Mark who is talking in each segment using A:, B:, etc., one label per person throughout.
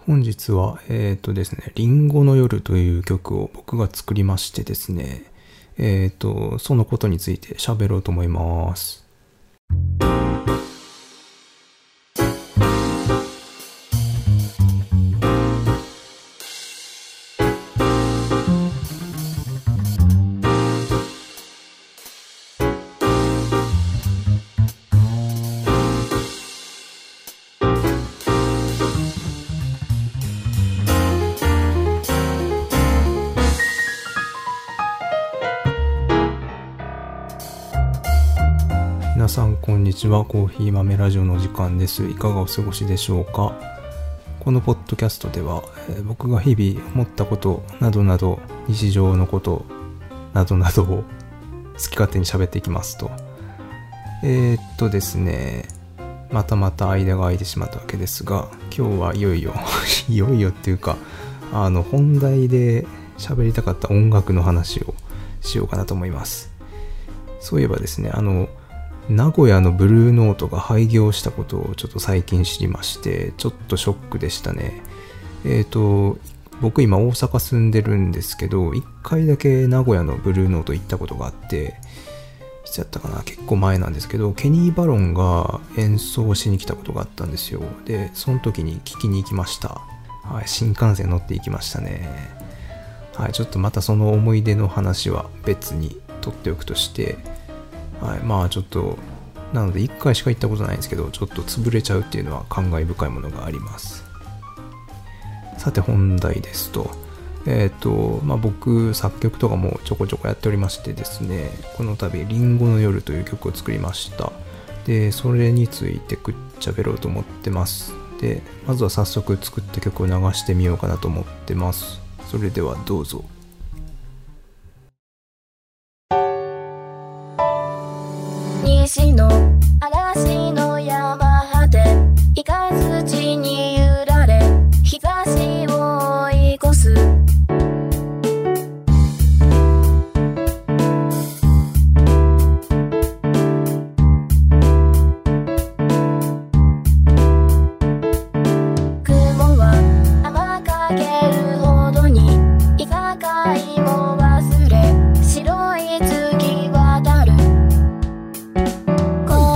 A: 本日は、ですね、リンゴの夜という曲を僕が作りましてですね、そのことについて喋ろうと思います。皆さんこんにちは。コーヒー豆ラジオの時間です。いかがお過ごしでしょうか。このポッドキャストでは、僕が日々思ったことなどなど、日常のことなどなどを好き勝手に喋っていきますと。ですね、また間が空いてしまったわけですが、今日はいよいよいよいよっていうか、本題で喋りたかった音楽の話をしようかなと思います。そういえばですね、名古屋のブルーノートが廃業したことをちょっと最近知りまして、ちょっとショックでしたね。僕今大阪住んでるんですけど、一回だけ名古屋のブルーノート行ったことがあって、いつやったかな、結構前なんですけど、ケニー・バロンが演奏しに来たことがあったんですよ。で、その時に聞きに行きました。はい、新幹線乗って行きましたね。はい、ちょっとまたその思い出の話は別に取っておくとして、はい、まあちょっとなので1回しか行ったことないんですけど、ちょっと潰れちゃうっていうのは感慨深いものがあります。さて本題ですと、僕作曲とかもちょこちょこやっておりましてですね、この度リンゴの夜という曲を作りました。でそれについてくっちゃべろうと思ってます。でまずは早速作った曲を流してみようかなと思ってます。それではどうぞ。
B: 西の嵐の山果て、イカズチに揺られ、日差しを追い越す。雲は甘かけるほどに、いさかいも忘れ、白い月渡る。こ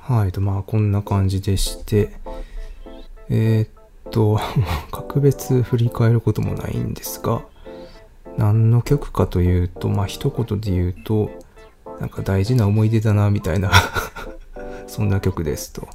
A: はい、まあこんな感じでして、格別振り返ることもないんですが、何の曲かというと、まあ一言で言うと、なんか大事な思い出だなみたいなそんな曲ですと。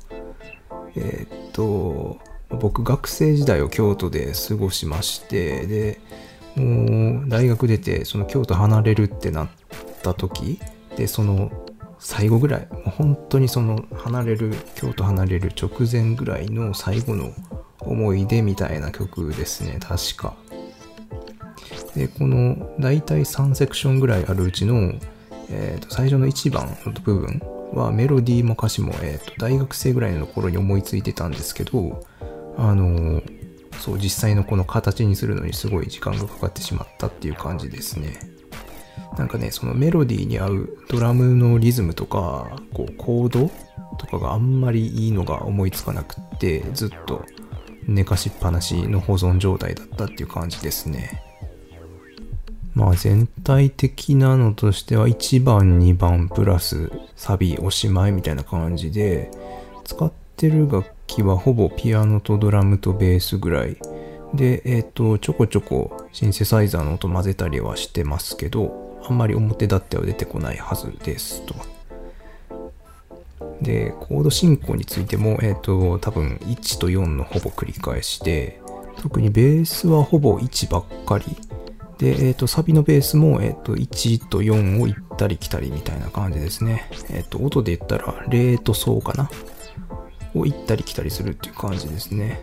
A: 僕学生時代を京都で過ごしまして、でもう大学出てその京都離れるってなった時で、その最後ぐらい、もう本当にその京都離れる直前ぐらいの最後の思い出みたいな曲ですね、確か。でこの大体3セクションぐらいあるうちの、最初の1番の部分はメロディーも歌詞も、大学生ぐらいの頃に思いついてたんですけど、そう実際のこの形にするのにすごい時間がかかってしまったっていう感じですね。なんかね、そのメロディーに合うドラムのリズムとかこうコードとかがあんまりいいのが思いつかなくって、ずっと寝かしっぱなしの保存状態だったっていう感じですね。まあ全体的なのとしては1番2番プラスサビおしまいみたいな感じで、使ってる楽器はほぼピアノとドラムとベースぐらいで、ちょこちょこシンセサイザーの音混ぜたりはしてますけど、あんまり表立っては出てこないはずですと。でコード進行についても、多分1と4のほぼ繰り返しで、特にベースはほぼ1ばっかりで、サビのベースも、1と4を行ったり来たりみたいな感じですね。音で言ったらレとソかなを行ったり来たりするっていう感じですね。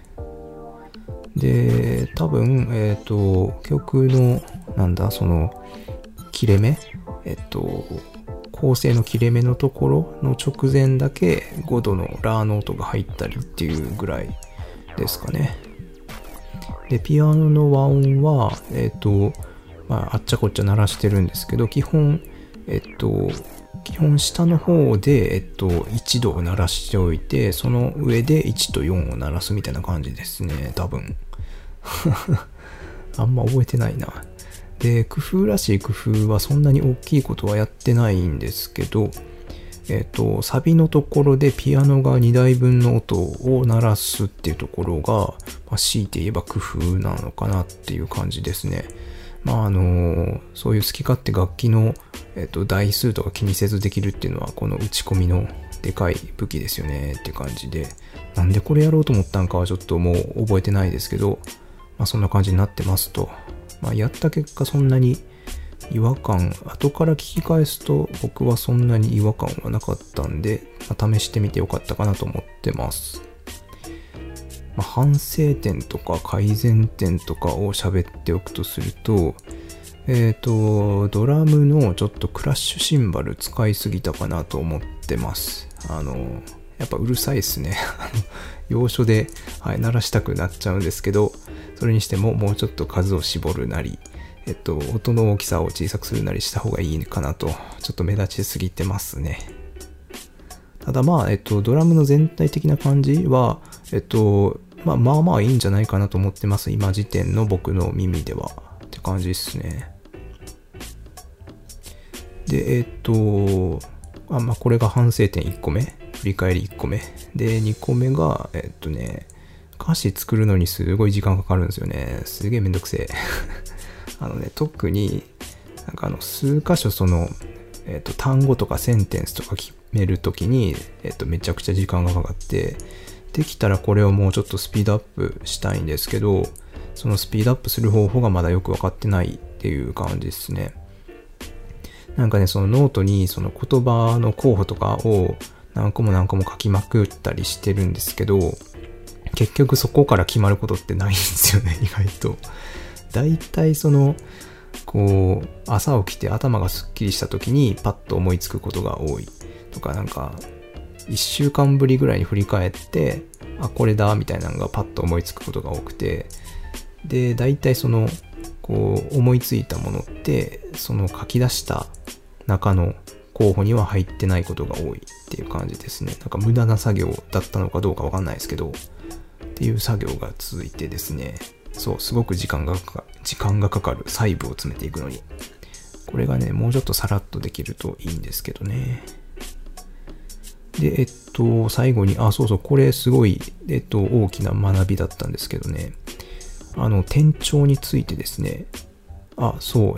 A: で多分、曲のその切れ目、構成の切れ目のところの直前だけ5度のラの音が入ったりっていうぐらいですかね。でピアノの和音はあっちゃこっちゃ鳴らしてるんですけど、基本下の方で1度を鳴らしておいて、その上で1と4を鳴らすみたいな感じですね、多分あんま覚えてないな。で工夫らしい工夫はそんなに大きいことはやってないんですけど、サビのところでピアノが2台分の音を鳴らすっていうところが、強いて言えば工夫なのかなっていう感じですね。そういう好き勝手楽器の、台数とか気にせずできるっていうのはこの打ち込みのでかい武器ですよねって感じで、なんでこれやろうと思ったんかはちょっともう覚えてないですけど、そんな感じになってますと。やった結果そんなに違和感、後から聞き返すと僕はそんなに違和感はなかったんで、試してみてよかったかなと思ってます。反省点とか改善点とかを喋っておくとすると、ドラムのちょっとクラッシュシンバル使いすぎたかなと思ってます。やっぱうるさいですね要所で、鳴らしたくなっちゃうんですけど、それにしてももうちょっと数を絞るなり、音の大きさを小さくするなりした方がいいかなと、ちょっと目立ちすぎてますね。ただドラムの全体的な感じは、まあいいんじゃないかなと思ってます。今時点の僕の耳ではって感じですね。で、これが反省点1個目。振り返り1個目。で、2個目が、歌詞作るのにすごい時間かかるんですよね。すげえめんどくせえ。特に、数箇所単語とかセンテンスとか決めるときに、めちゃくちゃ時間がかかって、できたらこれをもうちょっとスピードアップしたいんですけど、そのスピードアップする方法がまだよく分かってないっていう感じですね。そのノートにその言葉の候補とかを何個も書きまくったりしてるんですけど、結局そこから決まることってないんですよね、意外と。だいたい朝起きて頭がすっきりした時にパッと思いつくことが多いとか、1週間ぶりぐらいに振り返って、これだみたいなのがパッと思いつくことが多くて、で、だいたい思いついたものって、その書き出した中の候補には入ってないことが多いっていう感じですね。無駄な作業だったのかどうかわかんないですけど、っていう作業が続いてですね、すごく時間がかかる、細部を詰めていくのに。これがね、もうちょっとさらっとできるといいんですけどね。 で、最後に、そうそう、これすごい、大きな学びだったんですけどね。転調についてですね。そう、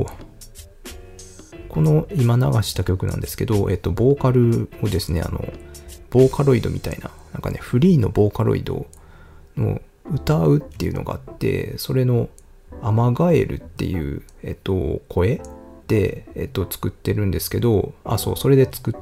A: この今流した曲なんですけど、ボーカルをですね、ボーカロイドみたいな、なんかね、フリーのボーカロイドの歌うっていうのがあって、それのアマガエルっていう、声で、作ってるんですけど、そう、それで作って、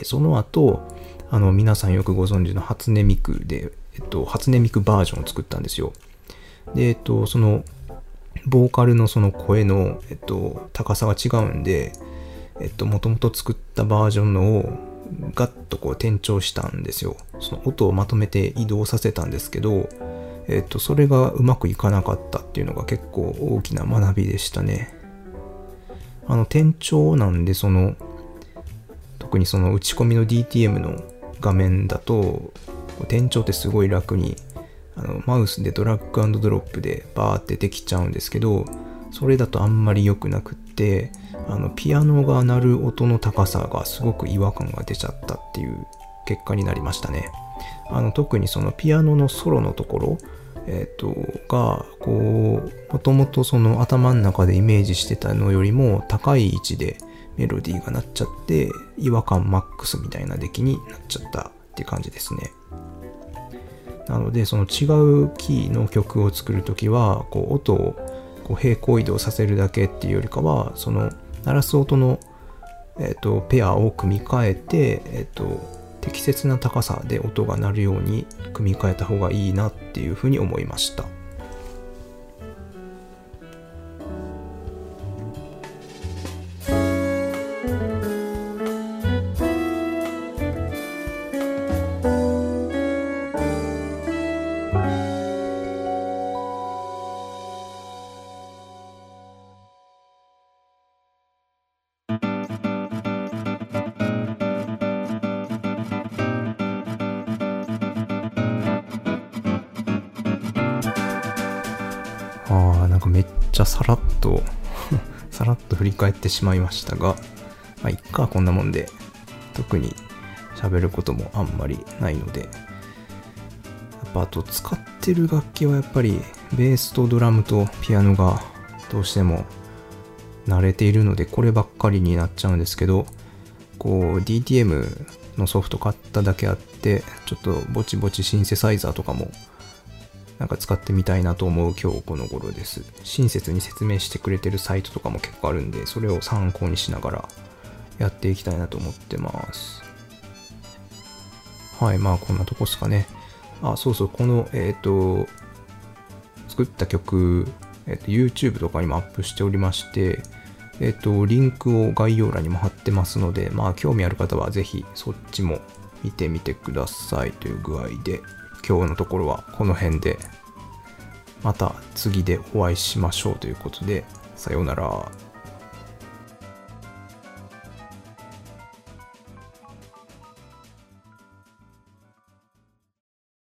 A: その後、皆さんよくご存知の初音ミクで、初音ミクバージョンを作ったんですよ。で、その、ボーカルのその声の、高さが違うんで、もともと作ったバージョンのをガッとこう転調したんですよ。その音をまとめて移動させたんですけど、それがうまくいかなかったっていうのが結構大きな学びでしたね。転調なんで、特にその打ち込みの DTM の画面だと、転調ってすごい楽に、マウスでドラッグ&ドロップでバーってできちゃうんですけど、それだとあんまり良くなくって、ピアノが鳴る音の高さがすごく違和感が出ちゃったっていう結果になりましたね。特にそのピアノのソロのところ、が、こう、もともとその頭の中でイメージしてたのよりも高い位置でメロディーが鳴っちゃって、違和感マックスみたいな出来になっちゃったっていう感じですね。なので、その違うキーの曲を作るときは、こう、音をこう平行移動させるだけっていうよりかは、その鳴らす音の、ペアを組み替えて、適切な高さで音が鳴るように組み替えた方がいいなっていうふうに思いました。なんかめっちゃさらっと振り返ってしまいましたが、まあいっか、こんなもんで、特に喋ることもあんまりないので、やっぱあと使ってる楽器はやっぱりベースとドラムとピアノがどうしても慣れているので、こればっかりになっちゃうんですけど、こう DTM のソフト買っただけあって、ちょっとぼちぼちシンセサイザーとかもなんか使ってみたいなと思う今日この頃です。親切に説明してくれてるサイトとかも結構あるんで、それを参考にしながらやっていきたいなと思ってます。はい、まあこんなとこっすかね。そうそう、この、作った曲、YouTube とかにもアップしておりまして、リンクを概要欄にも貼ってますので、まあ興味ある方はぜひそっちも見てみてくださいという具合で、今日のところはこの辺で、また次でお会いしましょうということで、さようなら。